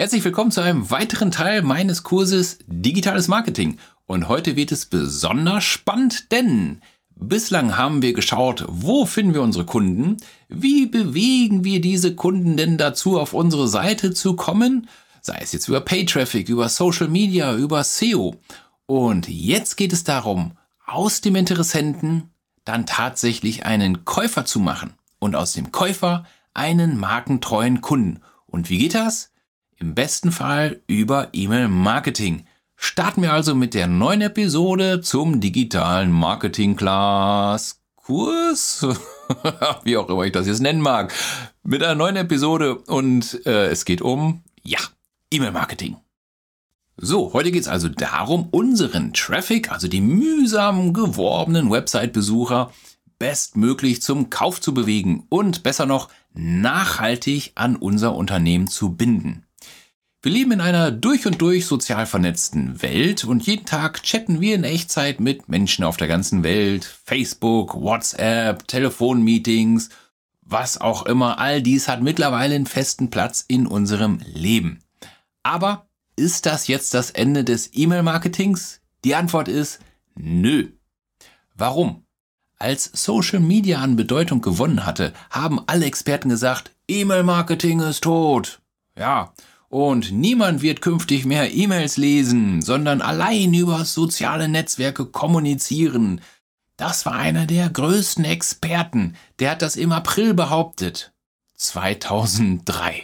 Herzlich willkommen zu einem weiteren Teil meines Kurses Digitales Marketing. Und heute wird es besonders spannend, denn bislang haben wir geschaut, wo finden wir unsere Kunden, wie bewegen wir diese Kunden denn dazu, auf unsere Seite zu kommen, sei es jetzt über Pay-Traffic, über Social Media, über SEO. Und jetzt geht es darum, aus dem Interessenten dann tatsächlich einen Käufer zu machen und aus dem Käufer einen markentreuen Kunden. Und wie geht das? Im besten Fall über E-Mail-Marketing. Starten wir also mit der neuen Episode zum digitalen Marketing-Class-Kurs, wie auch immer ich das jetzt nennen mag, mit einer neuen Episode und es geht um, E-Mail-Marketing. So, heute geht es also darum, unseren Traffic, also die mühsam geworbenen Website-Besucher, bestmöglich zum Kauf zu bewegen und besser noch nachhaltig an unser Unternehmen zu binden. Wir leben in einer durch und durch sozial vernetzten Welt und jeden Tag chatten wir in Echtzeit mit Menschen auf der ganzen Welt. Facebook, WhatsApp, Telefonmeetings, was auch immer. All dies hat mittlerweile einen festen Platz in unserem Leben. Aber ist das jetzt das Ende des E-Mail-Marketings? Die Antwort ist nö. Warum? Als Social Media an Bedeutung gewonnen hatte, haben alle Experten gesagt, E-Mail-Marketing ist tot. Ja. Und niemand wird künftig mehr E-Mails lesen, sondern allein über soziale Netzwerke kommunizieren. Das war einer der größten Experten. Der hat das im April behauptet. 2003.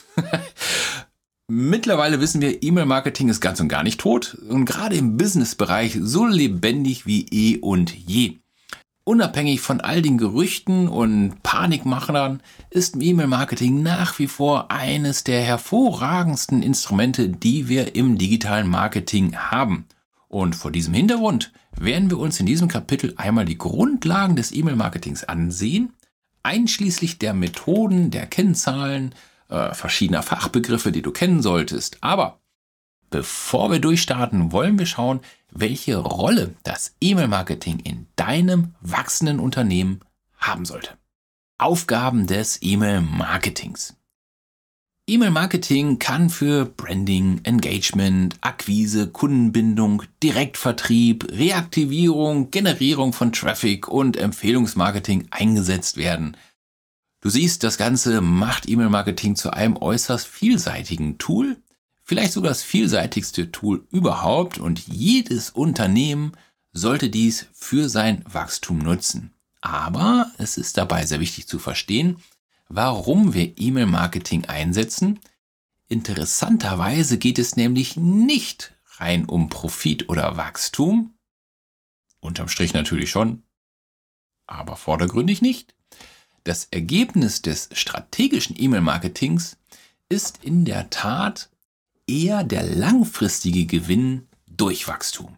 Mittlerweile wissen wir, E-Mail-Marketing ist ganz und gar nicht tot und gerade im Business-Bereich so lebendig wie eh und je. Unabhängig von all den Gerüchten und Panikmachern ist E-Mail-Marketing nach wie vor eines der hervorragendsten Instrumente, die wir im digitalen Marketing haben. Und vor diesem Hintergrund werden wir uns in diesem Kapitel einmal die Grundlagen des E-Mail-Marketings ansehen, einschließlich der Methoden, der Kennzahlen, verschiedener Fachbegriffe, die du kennen solltest. Aber bevor wir durchstarten, wollen wir schauen, welche Rolle das E-Mail-Marketing in deinem wachsenden Unternehmen haben sollte. Aufgaben des E-Mail-Marketings. E-Mail-Marketing kann für Branding, Engagement, Akquise, Kundenbindung, Direktvertrieb, Reaktivierung, Generierung von Traffic und Empfehlungsmarketing eingesetzt werden. Du siehst, das Ganze macht E-Mail-Marketing zu einem äußerst vielseitigen Tool, vielleicht sogar das vielseitigste Tool überhaupt und jedes Unternehmen sollte dies für sein Wachstum nutzen. Aber es ist dabei sehr wichtig zu verstehen, warum wir E-Mail-Marketing einsetzen. Interessanterweise geht es nämlich nicht rein um Profit oder Wachstum. Unterm Strich natürlich schon, aber vordergründig nicht. Das Ergebnis des strategischen E-Mail-Marketings ist in der Tat eher der langfristige Gewinn durch Wachstum.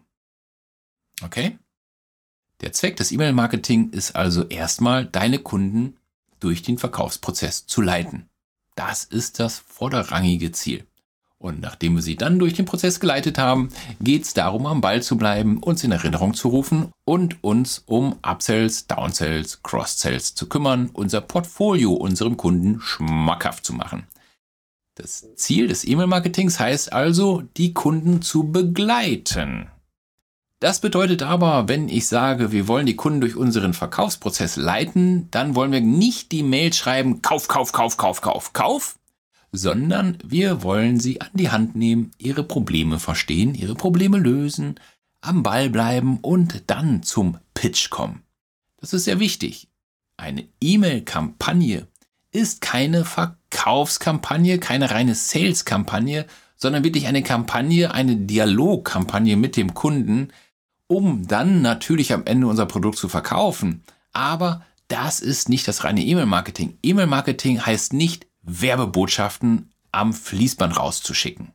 Okay? Der Zweck des E-Mail-Marketing ist also erstmal, deine Kunden durch den Verkaufsprozess zu leiten. Das ist das vorderrangige Ziel. Und nachdem wir sie dann durch den Prozess geleitet haben, geht es darum, am Ball zu bleiben, uns in Erinnerung zu rufen und uns um Upsells, Downsells, Cross-Sells zu kümmern, unser Portfolio unserem Kunden schmackhaft zu machen. Das Ziel des E-Mail-Marketings heißt also, die Kunden zu begleiten. Das bedeutet aber, wenn ich sage, wir wollen die Kunden durch unseren Verkaufsprozess leiten, dann wollen wir nicht die Mail schreiben, Kauf, Kauf, Kauf, Kauf, Kauf, Kauf, sondern wir wollen sie an die Hand nehmen, ihre Probleme verstehen, ihre Probleme lösen, am Ball bleiben und dann zum Pitch kommen. Das ist sehr wichtig. Eine E-Mail-Kampagne ist keine Verkaufskampagne, keine reine Sales-Kampagne, sondern wirklich eine Kampagne, eine Dialogkampagne mit dem Kunden, um dann natürlich am Ende unser Produkt zu verkaufen. Aber das ist nicht das reine E-Mail-Marketing. E-Mail-Marketing heißt nicht, Werbebotschaften am Fließband rauszuschicken.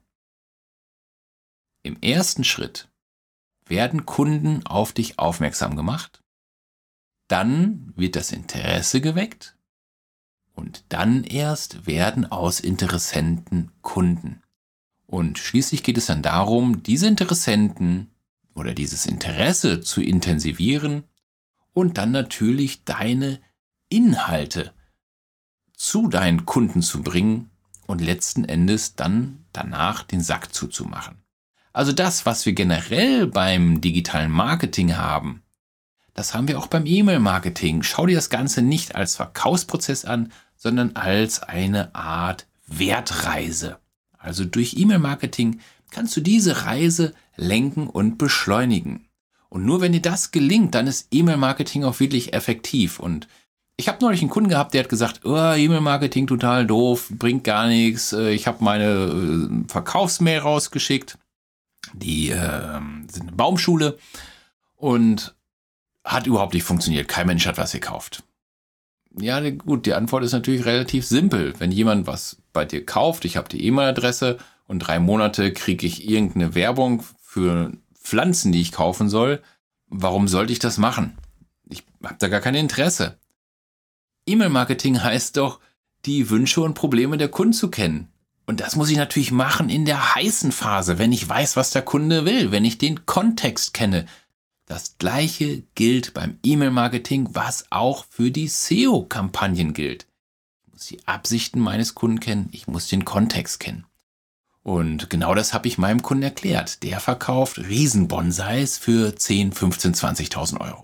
Im ersten Schritt werden Kunden auf dich aufmerksam gemacht, dann wird das Interesse geweckt, und dann erst werden aus Interessenten Kunden. Und schließlich geht es dann darum, diese Interessenten oder dieses Interesse zu intensivieren und dann natürlich deine Inhalte zu deinen Kunden zu bringen und letzten Endes dann danach den Sack zuzumachen. Also das, was wir generell beim digitalen Marketing haben, das haben wir auch beim E-Mail-Marketing. Schau dir das Ganze nicht als Verkaufsprozess an, sondern als eine Art Wertreise. Also durch E-Mail-Marketing kannst du diese Reise lenken und beschleunigen. Und nur wenn dir das gelingt, dann ist E-Mail-Marketing auch wirklich effektiv. Und ich habe neulich einen Kunden gehabt, der hat gesagt, oh, E-Mail-Marketing total doof, bringt gar nichts. Ich habe meine Verkaufsmail rausgeschickt. Die sind eine Baumschule und hat überhaupt nicht funktioniert. Kein Mensch hat was gekauft. Ja, gut, die Antwort ist natürlich relativ simpel. Wenn jemand was bei dir kauft, ich habe die E-Mail-Adresse und 3 Monate kriege ich irgendeine Werbung für Pflanzen, die ich kaufen soll, warum sollte ich das machen? Ich habe da gar kein Interesse. E-Mail-Marketing heißt doch, die Wünsche und Probleme der Kunden zu kennen. Und das muss ich natürlich machen in der heißen Phase, wenn ich weiß, was der Kunde will, wenn ich den Kontext kenne. Das Gleiche gilt beim E-Mail-Marketing, was auch für die SEO-Kampagnen gilt. Ich muss die Absichten meines Kunden kennen, ich muss den Kontext kennen. Und genau das habe ich meinem Kunden erklärt. Der verkauft Riesenbonsais für 10, 15, 20.000 Euro.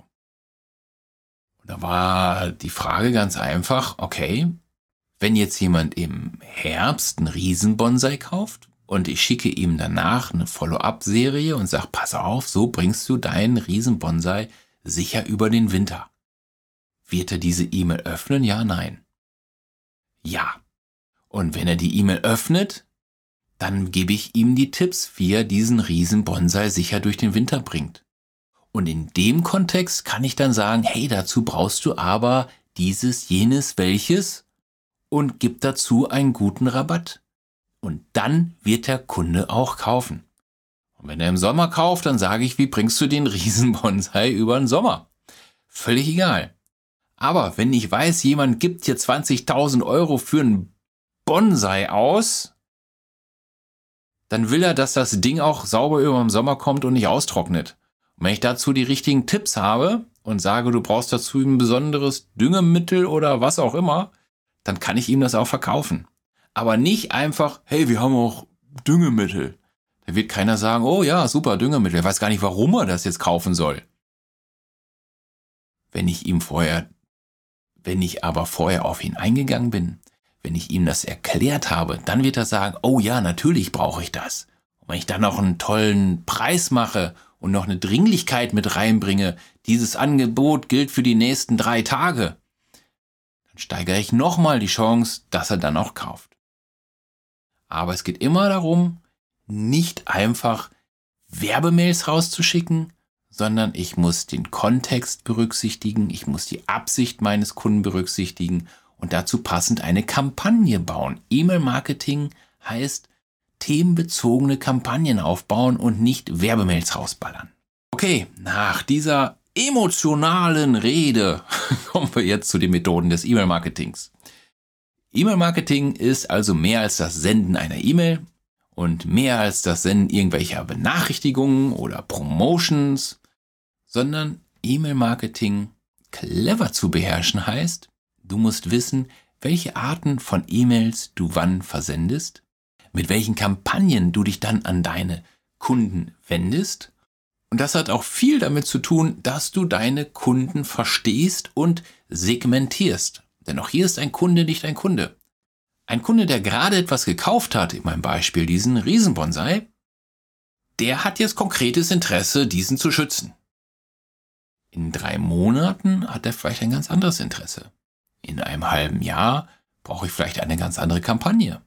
Und da war die Frage ganz einfach, okay, wenn jetzt jemand im Herbst einen Riesenbonsai kauft und ich schicke ihm danach eine Follow-up-Serie und sage, pass auf, so bringst du deinen Riesenbonsai sicher über den Winter. Wird er diese E-Mail öffnen? Ja, nein. Ja. Und wenn er die E-Mail öffnet, dann gebe ich ihm die Tipps, wie er diesen Riesenbonsai sicher durch den Winter bringt. Und in dem Kontext kann ich dann sagen, hey, dazu brauchst du aber dieses, jenes, welches und gib dazu einen guten Rabatt. Und dann wird der Kunde auch kaufen. Und wenn er im Sommer kauft, dann sage ich, wie bringst du den Riesenbonsai über den Sommer? Völlig egal. Aber wenn ich weiß, jemand gibt hier 20.000 Euro für einen Bonsai aus, dann will er, dass das Ding auch sauber über den Sommer kommt und nicht austrocknet. Und wenn ich dazu die richtigen Tipps habe und sage, du brauchst dazu ein besonderes Düngemittel oder was auch immer, dann kann ich ihm das auch verkaufen. Aber nicht einfach, hey, wir haben auch Düngemittel. Da wird keiner sagen, oh ja, super, Düngemittel. Er weiß gar nicht, warum er das jetzt kaufen soll. Wenn ich aber vorher auf ihn eingegangen bin, wenn ich ihm das erklärt habe, dann wird er sagen, oh ja, natürlich brauche ich das. Und wenn ich dann noch einen tollen Preis mache und noch eine Dringlichkeit mit reinbringe, dieses Angebot gilt für die nächsten 3 Tage, dann steigere ich nochmal die Chance, dass er dann auch kauft. Aber es geht immer darum, nicht einfach Werbemails rauszuschicken, sondern ich muss den Kontext berücksichtigen, ich muss die Absicht meines Kunden berücksichtigen und dazu passend eine Kampagne bauen. E-Mail-Marketing heißt themenbezogene Kampagnen aufbauen und nicht Werbemails rausballern. Okay, nach dieser emotionalen Rede kommen wir jetzt zu den Methoden des E-Mail-Marketings. E-Mail-Marketing ist also mehr als das Senden einer E-Mail und mehr als das Senden irgendwelcher Benachrichtigungen oder Promotions, sondern E-Mail-Marketing clever zu beherrschen heißt, du musst wissen, welche Arten von E-Mails du wann versendest, mit welchen Kampagnen du dich dann an deine Kunden wendest. Und das hat auch viel damit zu tun, dass du deine Kunden verstehst und segmentierst. Denn auch hier ist ein Kunde nicht ein Kunde. Ein Kunde, der gerade etwas gekauft hat, in meinem Beispiel diesen Riesenbonsai, der hat jetzt konkretes Interesse, diesen zu schützen. In 3 Monaten hat er vielleicht ein ganz anderes Interesse. In einem halben Jahr brauche ich vielleicht eine ganz andere Kampagne.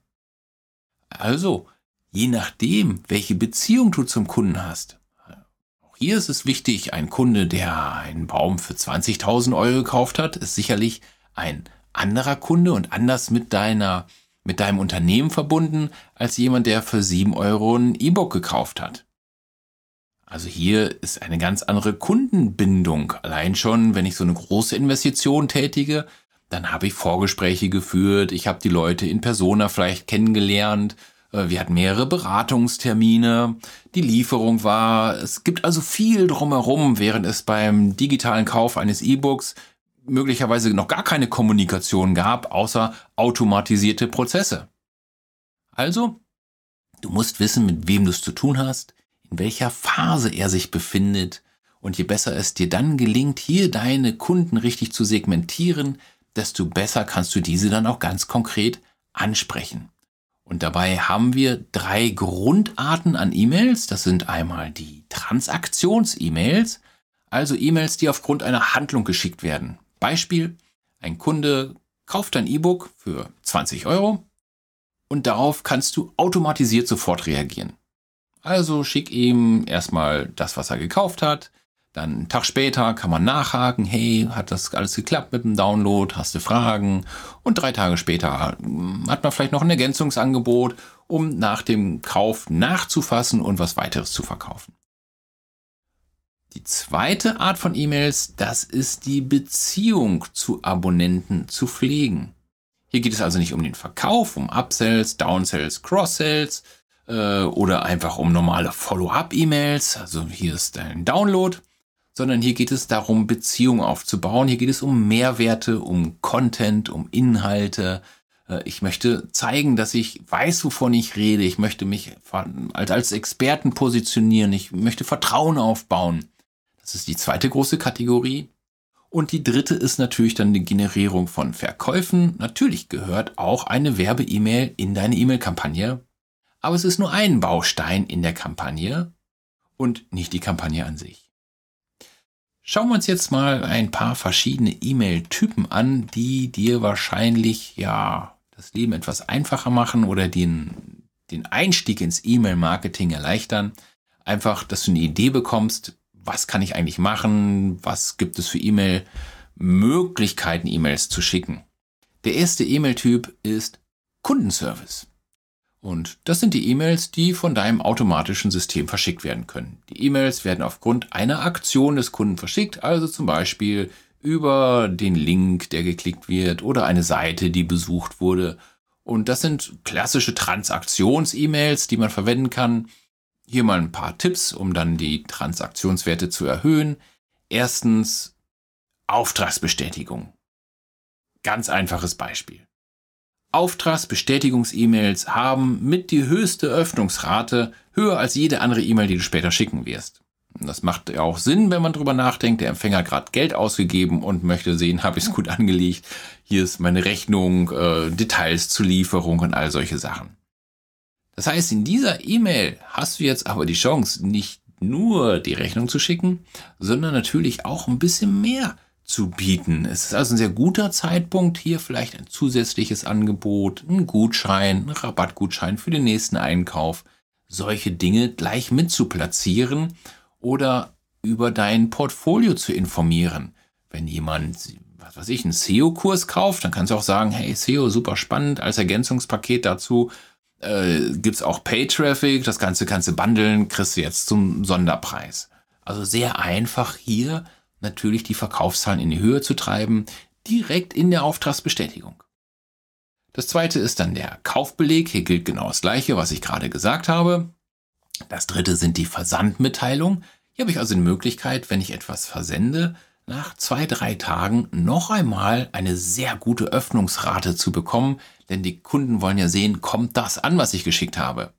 Also, je nachdem, welche Beziehung du zum Kunden hast. Auch hier ist es wichtig, ein Kunde, der einen Baum für 20.000 Euro gekauft hat, ist sicherlich ein anderer Kunde und anders mit deinem Unternehmen verbunden, als jemand, der für 7 Euro ein E-Book gekauft hat. Also hier ist eine ganz andere Kundenbindung. Allein schon, wenn ich so eine große Investition tätige, dann habe ich Vorgespräche geführt, ich habe die Leute in Persona vielleicht kennengelernt, wir hatten mehrere Beratungstermine, die Lieferung es gibt also viel drumherum, während es beim digitalen Kauf eines E-Books möglicherweise noch gar keine Kommunikation gab, außer automatisierte Prozesse. Also, du musst wissen, mit wem du es zu tun hast, in welcher Phase er sich befindet. Und je besser es dir dann gelingt, hier deine Kunden richtig zu segmentieren, desto besser kannst du diese dann auch ganz konkret ansprechen. Und dabei haben wir 3 Grundarten an E-Mails. Das sind einmal die Transaktions-E-Mails, also E-Mails, die aufgrund einer Handlung geschickt werden. Beispiel, ein Kunde kauft ein E-Book für 20 € und darauf kannst du automatisiert sofort reagieren. Also schick ihm erstmal das, was er gekauft hat. Dann einen Tag später kann man nachhaken, hey, hat das alles geklappt mit dem Download, hast du Fragen? Und 3 Tage später hat man vielleicht noch ein Ergänzungsangebot, um nach dem Kauf nachzufassen und was weiteres zu verkaufen. Die zweite Art von E-Mails, das ist die Beziehung zu Abonnenten zu pflegen. Hier geht es also nicht um den Verkauf, um Upsells, Downsells, Cross-Sells oder einfach um normale Follow-up-E-Mails, also hier ist dein Download, sondern hier geht es darum, Beziehungen aufzubauen. Hier geht es um Mehrwerte, um Content, um Inhalte. Ich möchte zeigen, dass ich weiß, wovon ich rede. Ich möchte mich als Experten positionieren. Ich möchte Vertrauen aufbauen. Das ist die zweite große Kategorie. Und die dritte ist natürlich dann die Generierung von Verkäufen. Natürlich gehört auch eine Werbe-E-Mail in deine E-Mail-Kampagne. Aber es ist nur ein Baustein in der Kampagne und nicht die Kampagne an sich. Schauen wir uns jetzt mal ein paar verschiedene E-Mail-Typen an, die dir wahrscheinlich das Leben etwas einfacher machen oder den Einstieg ins E-Mail-Marketing erleichtern. Einfach, dass du eine Idee bekommst, was kann ich eigentlich machen, was gibt es für E-Mail-Möglichkeiten, E-Mails zu schicken. Der erste E-Mail-Typ ist Kundenservice. Und das sind die E-Mails, die von deinem automatischen System verschickt werden können. Die E-Mails werden aufgrund einer Aktion des Kunden verschickt, also zum Beispiel über den Link, der geklickt wird oder eine Seite, die besucht wurde. Und das sind klassische Transaktions-E-Mails, die man verwenden kann. Hier mal ein paar Tipps, um dann die Transaktionswerte zu erhöhen. Erstens, Auftragsbestätigung. Ganz einfaches Beispiel. Auftragsbestätigungs-E-Mails haben mit die höchste Öffnungsrate, höher als jede andere E-Mail, die du später schicken wirst. Das macht ja auch Sinn, wenn man drüber nachdenkt. Der Empfänger hat gerade Geld ausgegeben und möchte sehen, habe ich es gut angelegt. Hier ist meine Rechnung, Details zur Lieferung und all solche Sachen. Das heißt, in dieser E-Mail hast du jetzt aber die Chance, nicht nur die Rechnung zu schicken, sondern natürlich auch ein bisschen mehr zu bieten. Es ist also ein sehr guter Zeitpunkt, hier vielleicht ein zusätzliches Angebot, ein Gutschein, ein Rabattgutschein für den nächsten Einkauf, solche Dinge gleich mit zu platzieren oder über dein Portfolio zu informieren. Wenn jemand, einen SEO-Kurs kauft, dann kannst du auch sagen, hey, SEO, super spannend, als Ergänzungspaket dazu gibt's auch Pay-Traffic, das Ganze kannst du bundeln, kriegst du jetzt zum Sonderpreis. Also sehr einfach hier natürlich die Verkaufszahlen in die Höhe zu treiben, direkt in der Auftragsbestätigung. Das zweite ist dann der Kaufbeleg. Hier gilt genau das Gleiche, was ich gerade gesagt habe. Das dritte sind die Versandmitteilungen. Hier habe ich also die Möglichkeit, wenn ich etwas versende, nach 2-3 Tagen noch einmal eine sehr gute Öffnungsrate zu bekommen, denn die Kunden wollen ja sehen, kommt das an, was ich geschickt habe.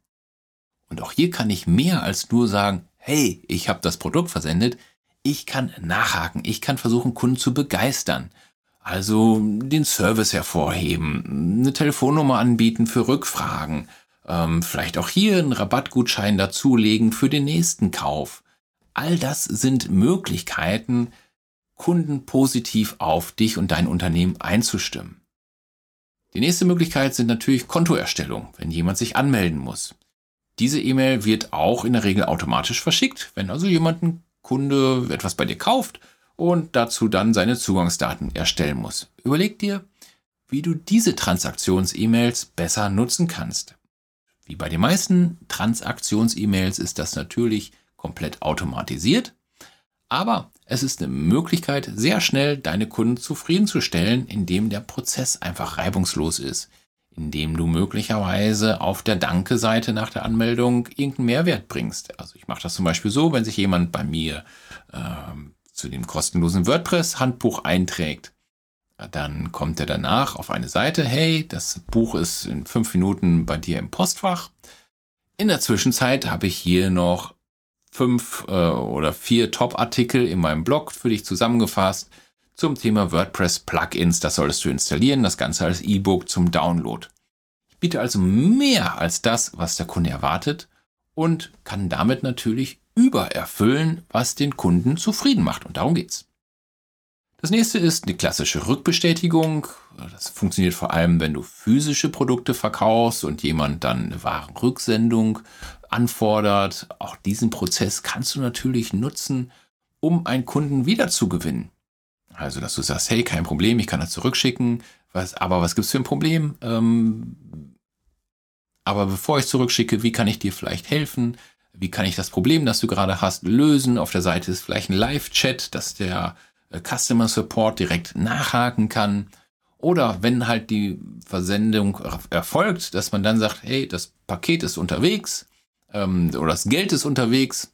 Und auch hier kann ich mehr als nur sagen, hey, ich habe das Produkt versendet. Ich kann nachhaken, ich kann versuchen, Kunden zu begeistern. Also den Service hervorheben, eine Telefonnummer anbieten für Rückfragen, vielleicht auch hier einen Rabattgutschein dazulegen für den nächsten Kauf. All das sind Möglichkeiten, Kunden positiv auf dich und dein Unternehmen einzustimmen. Die nächste Möglichkeit sind natürlich Kontoerstellung, wenn jemand sich anmelden muss. Diese E-Mail wird auch in der Regel automatisch verschickt, wenn also ein Kunde etwas bei dir kauft und dazu dann seine Zugangsdaten erstellen muss. Überleg dir, wie du diese Transaktions-E-Mails besser nutzen kannst. Wie bei den meisten Transaktions-E-Mails ist das natürlich komplett automatisiert, aber es ist eine Möglichkeit, sehr schnell deine Kunden zufriedenzustellen, indem der Prozess einfach reibungslos ist, indem du möglicherweise auf der Danke-Seite nach der Anmeldung irgendeinen Mehrwert bringst. Also ich mache das zum Beispiel so, wenn sich jemand bei mir zu dem kostenlosen WordPress-Handbuch einträgt, Dann kommt er danach auf eine Seite, hey, das Buch ist in 5 Minuten bei dir im Postfach. In der Zwischenzeit habe ich hier noch 5 oder 4 Top-Artikel in meinem Blog für dich zusammengefasst zum Thema WordPress-Plugins. Das solltest du installieren, das Ganze als E-Book zum Download. Ich biete also mehr als das, was der Kunde erwartet und kann damit natürlich übererfüllen, was den Kunden zufrieden macht. Und darum geht's. Das nächste ist eine klassische Rückbestätigung. Das funktioniert vor allem, wenn du physische Produkte verkaufst und jemand dann eine Warenrücksendung anfordert. Auch diesen Prozess kannst du natürlich nutzen, um einen Kunden wiederzugewinnen. Also, dass du sagst, hey, kein Problem, ich kann das zurückschicken. Aber was gibt's für ein Problem? Aber bevor ich zurückschicke, wie kann ich dir vielleicht helfen? Wie kann ich das Problem, das du gerade hast, lösen? Auf der Seite ist vielleicht ein Live-Chat, dass der Customer Support direkt nachhaken kann. Oder wenn halt die Versendung erfolgt, dass man dann sagt, hey, das Paket ist unterwegs oder das Geld ist unterwegs.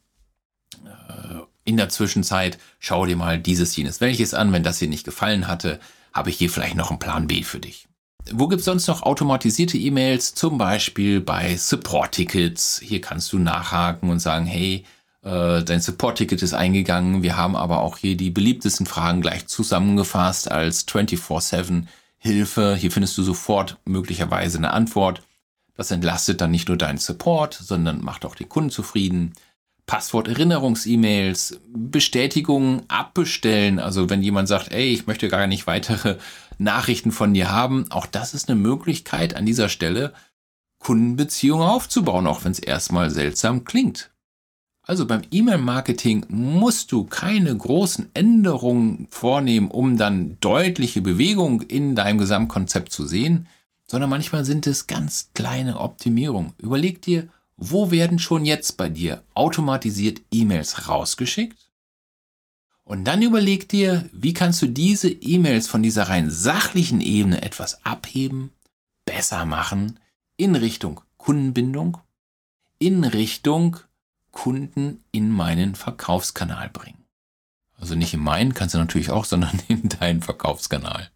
In der Zwischenzeit schau dir mal dieses, jenes, welches an. Wenn das dir nicht gefallen hatte, habe ich hier vielleicht noch einen Plan B für dich. Wo gibt es sonst noch automatisierte E-Mails? Zum Beispiel bei Support-Tickets. Hier kannst du nachhaken und sagen, hey, dein Support-Ticket ist eingegangen. Wir haben aber auch hier die beliebtesten Fragen gleich zusammengefasst als 24/7 Hilfe. Hier findest du sofort möglicherweise eine Antwort. Das entlastet dann nicht nur deinen Support, sondern macht auch den Kunden zufrieden. Passwort-Erinnerungs-E-Mails, Bestätigungen abbestellen. Also wenn jemand sagt, ey, ich möchte gar nicht weitere Nachrichten von dir haben. Auch das ist eine Möglichkeit an dieser Stelle, Kundenbeziehungen aufzubauen, auch wenn es erstmal seltsam klingt. Also beim E-Mail-Marketing musst du keine großen Änderungen vornehmen, um dann deutliche Bewegung in deinem Gesamtkonzept zu sehen, sondern manchmal sind es ganz kleine Optimierungen. Überleg dir, wo werden schon jetzt bei dir automatisiert E-Mails rausgeschickt? Und dann überleg dir, wie kannst du diese E-Mails von dieser rein sachlichen Ebene etwas abheben, besser machen, in Richtung Kundenbindung, in Richtung Kunden in meinen Verkaufskanal bringen. Also nicht in meinen, kannst du natürlich auch, sondern in deinen Verkaufskanal.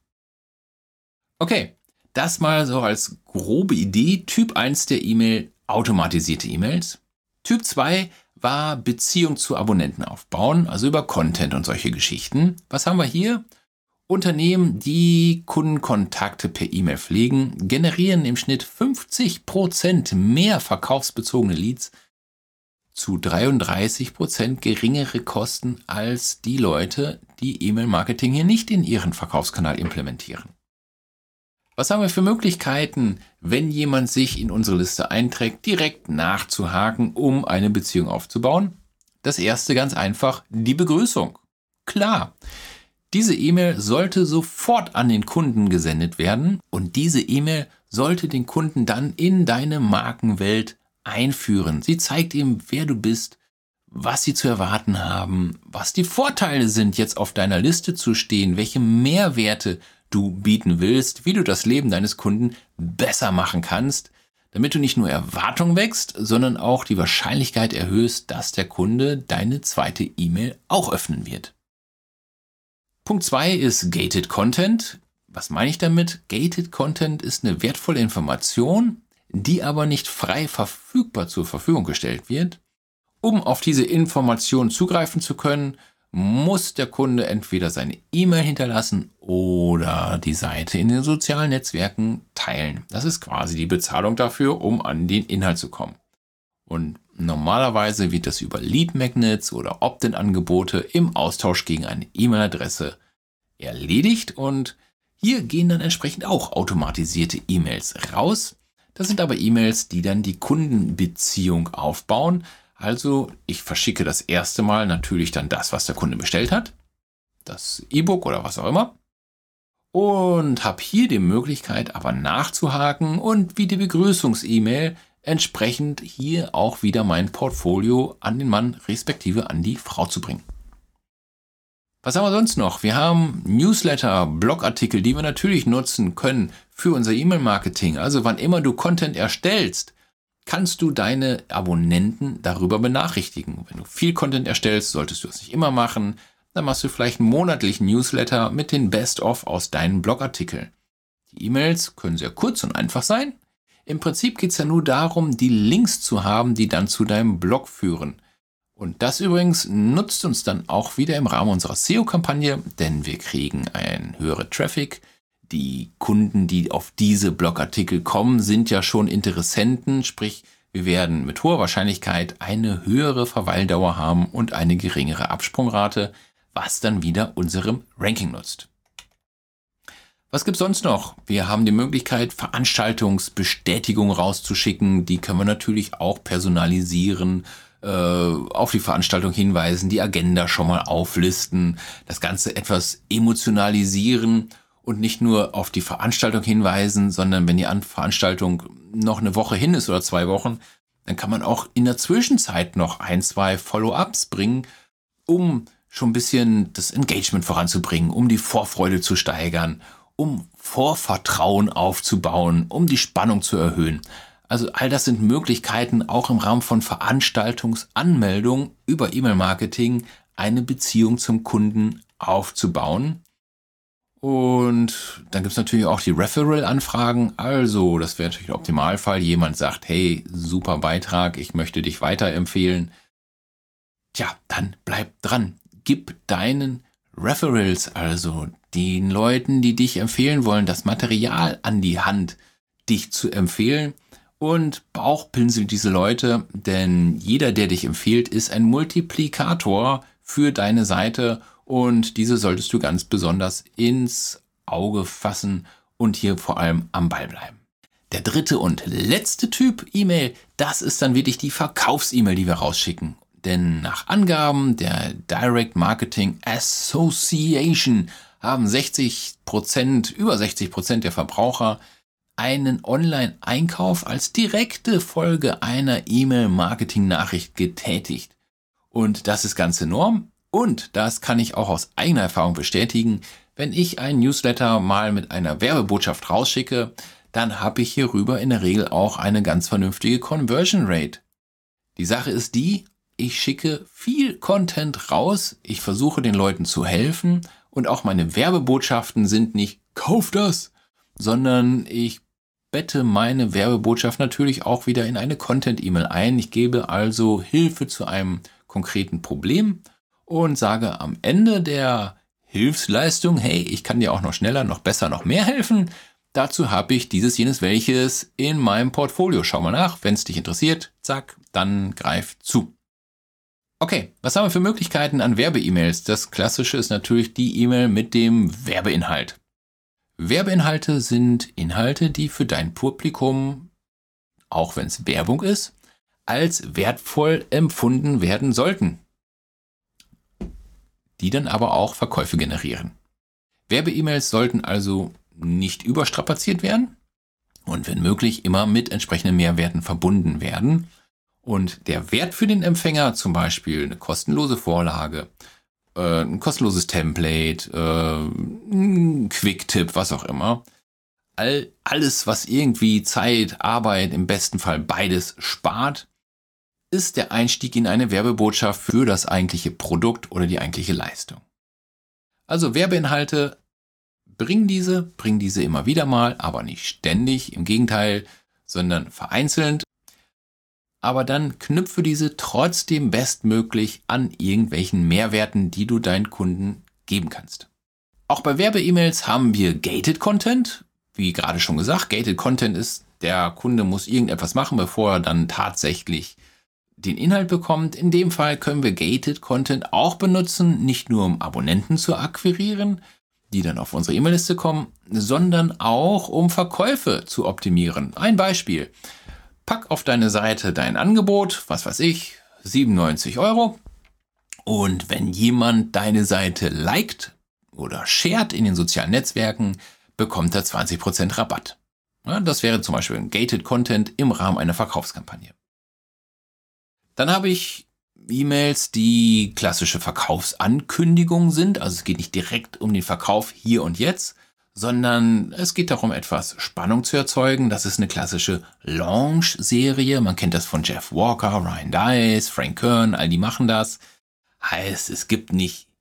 Okay, das mal so als grobe Idee. Typ 1 der E-Mail, automatisierte E-Mails. Typ 2 war Beziehung zu Abonnenten aufbauen, also über Content und solche Geschichten. Was haben wir hier? Unternehmen, die Kundenkontakte per E-Mail pflegen, generieren im Schnitt 50% mehr verkaufsbezogene Leads zu 33% geringere Kosten als die Leute, die E-Mail-Marketing hier nicht in ihren Verkaufskanal implementieren. Was haben wir für Möglichkeiten, wenn jemand sich in unsere Liste einträgt, direkt nachzuhaken, um eine Beziehung aufzubauen? Das erste ganz einfach, die Begrüßung. Klar, diese E-Mail sollte sofort an den Kunden gesendet werden und diese E-Mail sollte den Kunden dann in deine Markenwelt einführen. Sie zeigt ihm, wer du bist, was sie zu erwarten haben, was die Vorteile sind, jetzt auf deiner Liste zu stehen, welche Mehrwerte du bieten willst, wie du das Leben deines Kunden besser machen kannst, damit du nicht nur Erwartung wächst, sondern auch die Wahrscheinlichkeit erhöhst, dass der Kunde deine zweite E-Mail auch öffnen wird. Punkt 2 ist Gated Content. Was meine ich damit? Gated Content ist eine wertvolle Information, die aber nicht frei verfügbar zur Verfügung gestellt wird. Um auf diese Information zugreifen zu können, muss der Kunde entweder seine E-Mail hinterlassen oder die Seite in den sozialen Netzwerken teilen. Das ist quasi die Bezahlung dafür, um an den Inhalt zu kommen. Und normalerweise wird das über Lead Magnets oder Opt-in-Angebote im Austausch gegen eine E-Mail-Adresse erledigt und hier gehen dann entsprechend auch automatisierte E-Mails raus. Das sind aber E-Mails, die dann die Kundenbeziehung aufbauen. Also ich verschicke das erste Mal natürlich dann das, was der Kunde bestellt hat, das E-Book oder was auch immer, und habe hier die Möglichkeit aber nachzuhaken und wie die Begrüßungs-E-Mail entsprechend hier auch wieder mein Portfolio an den Mann respektive an die Frau zu bringen. Was haben wir sonst noch? Wir haben Newsletter, Blogartikel, die wir natürlich nutzen können für unser E-Mail-Marketing. Also wann immer du Content erstellst, kannst du deine Abonnenten darüber benachrichtigen. Wenn du viel Content erstellst, solltest du das nicht immer machen. Dann machst du vielleicht einen monatlichen Newsletter mit den Best-of aus deinen Blogartikeln. Die E-Mails können sehr kurz und einfach sein. Im Prinzip geht es ja nur darum, die Links zu haben, die dann zu deinem Blog führen. Und das übrigens nutzt uns dann auch wieder im Rahmen unserer SEO-Kampagne, denn wir kriegen einen höheren Traffic. Die Kunden, die auf diese Blogartikel kommen, sind ja schon Interessenten, sprich, wir werden mit hoher Wahrscheinlichkeit eine höhere Verweildauer haben und eine geringere Absprungrate, was dann wieder unserem Ranking nutzt. Was gibt's sonst noch? Wir haben die Möglichkeit, Veranstaltungsbestätigungen rauszuschicken. Die können wir natürlich auch personalisieren, auf die Veranstaltung hinweisen, die Agenda schon mal auflisten, das Ganze etwas emotionalisieren und nicht nur auf die Veranstaltung hinweisen, sondern wenn die Veranstaltung noch eine Woche hin ist oder 2 Wochen, dann kann man auch in der Zwischenzeit noch 1, 2 Follow-ups bringen, um schon ein bisschen das Engagement voranzubringen, um die Vorfreude zu steigern, um Vorvertrauen aufzubauen, um die Spannung zu erhöhen. Also all das sind Möglichkeiten, auch im Rahmen von Veranstaltungsanmeldungen über E-Mail-Marketing eine Beziehung zum Kunden aufzubauen. Und dann gibt es natürlich auch die Referral-Anfragen. Also das wäre natürlich der Optimalfall. Jemand sagt, hey, super Beitrag, ich möchte dich weiterempfehlen. Tja, dann bleib dran. Gib deinen Referrals, also den Leuten, die dich empfehlen wollen, das Material an die Hand, dich zu empfehlen. Und bauchpinsel diese Leute, denn jeder, der dich empfiehlt, ist ein Multiplikator für deine Seite und diese solltest du ganz besonders ins Auge fassen und hier vor allem am Ball bleiben. Der dritte und letzte Typ E-Mail, das ist dann wirklich die Verkaufs-E-Mail, die wir rausschicken. Denn nach Angaben der Direct Marketing Association haben über 60% der Verbraucher einen Online-Einkauf als direkte Folge einer E-Mail-Marketing-Nachricht getätigt. Und das ist ganz enorm. Und das kann ich auch aus eigener Erfahrung bestätigen. Wenn ich einen Newsletter mal mit einer Werbebotschaft rausschicke, dann habe ich hierüber in der Regel auch eine ganz vernünftige Conversion Rate. Die Sache ist die, ich schicke viel Content raus, ich versuche den Leuten zu helfen und auch meine Werbebotschaften sind nicht "Kauf das", sondern ich bette meine Werbebotschaft natürlich auch wieder in eine Content-E-Mail ein. Ich gebe also Hilfe zu einem konkreten Problem und sage am Ende der Hilfsleistung, hey, ich kann dir auch noch schneller, noch besser, noch mehr helfen. Dazu habe ich dieses, jenes, welches in meinem Portfolio. Schau mal nach, wenn es dich interessiert, zack, dann greif zu. Okay, was haben wir für Möglichkeiten an Werbe-E-Mails? Das Klassische ist natürlich die E-Mail mit dem Werbeinhalt. Werbeinhalte sind Inhalte, die für dein Publikum, auch wenn es Werbung ist, als wertvoll empfunden werden sollten, die dann aber auch Verkäufe generieren. Werbe-E-Mails sollten also nicht überstrapaziert werden und wenn möglich immer mit entsprechenden Mehrwerten verbunden werden. Und der Wert für den Empfänger, zum Beispiel eine kostenlose Vorlage, ein kostenloses Template, ein Quick-Tipp, was auch immer. Alles, was irgendwie Zeit, Arbeit, im besten Fall beides spart, ist der Einstieg in eine Werbebotschaft für das eigentliche Produkt oder die eigentliche Leistung. Also Werbeinhalte, bring diese immer wieder mal, aber nicht ständig, im Gegenteil, sondern vereinzelt. Aber dann knüpfe diese trotzdem bestmöglich an irgendwelchen Mehrwerten, die du deinen Kunden geben kannst. Auch bei Werbe-E-Mails haben wir Gated Content. Wie gerade schon gesagt, Gated Content ist, der Kunde muss irgendetwas machen, bevor er dann tatsächlich den Inhalt bekommt. In dem Fall können wir Gated Content auch benutzen, nicht nur um Abonnenten zu akquirieren, die dann auf unsere E-Mail-Liste kommen, sondern auch um Verkäufe zu optimieren. Ein Beispiel. Pack auf deine Seite dein Angebot, was weiß ich, 97 €. Und wenn jemand deine Seite liked oder shared in den sozialen Netzwerken, bekommt er 20% Rabatt. Ja, das wäre zum Beispiel ein Gated Content im Rahmen einer Verkaufskampagne. Dann habe ich E-Mails, die klassische Verkaufsankündigungen sind. Also es geht nicht direkt um den Verkauf hier und jetzt, sondern es geht darum, etwas Spannung zu erzeugen. Das ist eine klassische Launch-Serie. Man kennt das von Jeff Walker, Ryan Deiss, Frank Kern, all die machen das. Heißt, es gibt nicht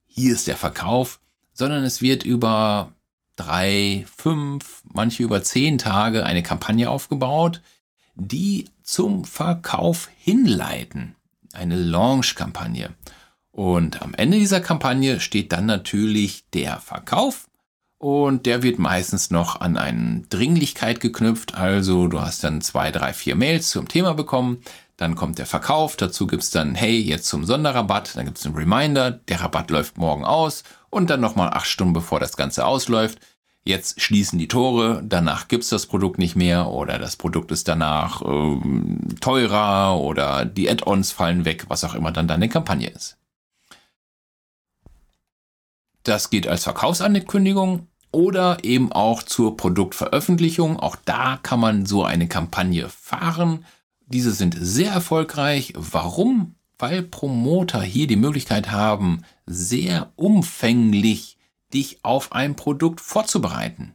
hier ist der Verkauf, sondern es wird über 3, 5, manche über 10 Tage eine Kampagne aufgebaut, die zum Verkauf hinleiten. Eine Launch-Kampagne. Und am Ende dieser Kampagne steht dann natürlich der Verkauf und der wird meistens noch an eine Dringlichkeit geknüpft. Also du hast dann 2, 3, 4 Mails zum Thema bekommen, dann kommt der Verkauf, dazu gibt es dann, hey, jetzt zum Sonderrabatt, dann gibt es einen Reminder, der Rabatt läuft morgen aus und dann nochmal 8 Stunden bevor das Ganze ausläuft. Jetzt schließen die Tore, danach gibt es das Produkt nicht mehr oder das Produkt ist danach teurer oder die Add-ons fallen weg, was auch immer dann deine Kampagne ist. Das geht als Verkaufsankündigung oder eben auch zur Produktveröffentlichung. Auch da kann man so eine Kampagne fahren. Diese sind sehr erfolgreich. Warum? Weil Promoter hier die Möglichkeit haben, sehr umfänglich dich auf ein Produkt vorzubereiten.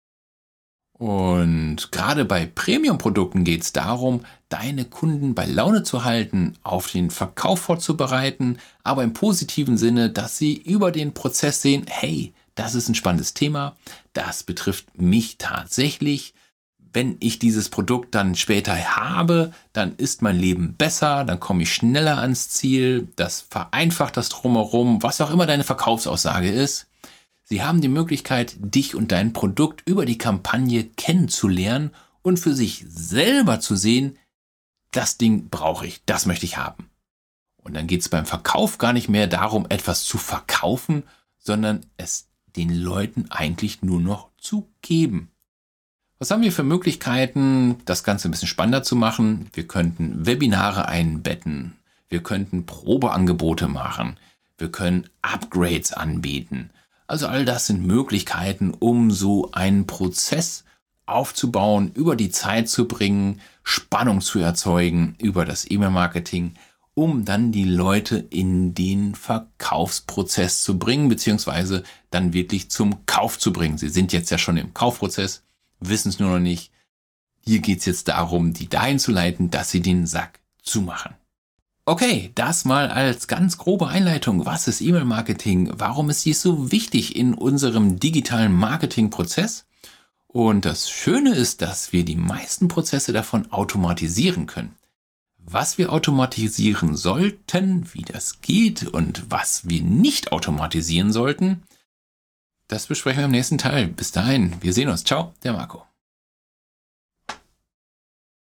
Und gerade bei Premium-Produkten geht es darum, deine Kunden bei Laune zu halten, auf den Verkauf vorzubereiten, aber im positiven Sinne, dass sie über den Prozess sehen, hey, das ist ein spannendes Thema, das betrifft mich tatsächlich. Wenn ich dieses Produkt dann später habe, dann ist mein Leben besser, dann komme ich schneller ans Ziel, das vereinfacht das Drumherum, was auch immer deine Verkaufsaussage ist. Sie haben die Möglichkeit, dich und dein Produkt über die Kampagne kennenzulernen und für sich selber zu sehen, das Ding brauche ich, das möchte ich haben. Und dann geht es beim Verkauf gar nicht mehr darum, etwas zu verkaufen, sondern es den Leuten eigentlich nur noch zu geben. Was haben wir für Möglichkeiten, das Ganze ein bisschen spannender zu machen? Wir könnten Webinare einbetten, wir könnten Probeangebote machen, wir können Upgrades anbieten. Also all das sind Möglichkeiten, um so einen Prozess aufzubauen, über die Zeit zu bringen, Spannung zu erzeugen über das E-Mail-Marketing, um dann die Leute in den Verkaufsprozess zu bringen, beziehungsweise dann wirklich zum Kauf zu bringen. Sie sind jetzt ja schon im Kaufprozess, wissen es nur noch nicht. Hier geht es jetzt darum, die dahin zu leiten, dass sie den Sack zumachen. Okay, das mal als ganz grobe Einleitung. Was ist E-Mail-Marketing? Warum ist dies so wichtig in unserem digitalen Marketingprozess? Und das Schöne ist, dass wir die meisten Prozesse davon automatisieren können. Was wir automatisieren sollten, wie das geht und was wir nicht automatisieren sollten, das besprechen wir im nächsten Teil. Bis dahin, wir sehen uns. Ciao, der Marco.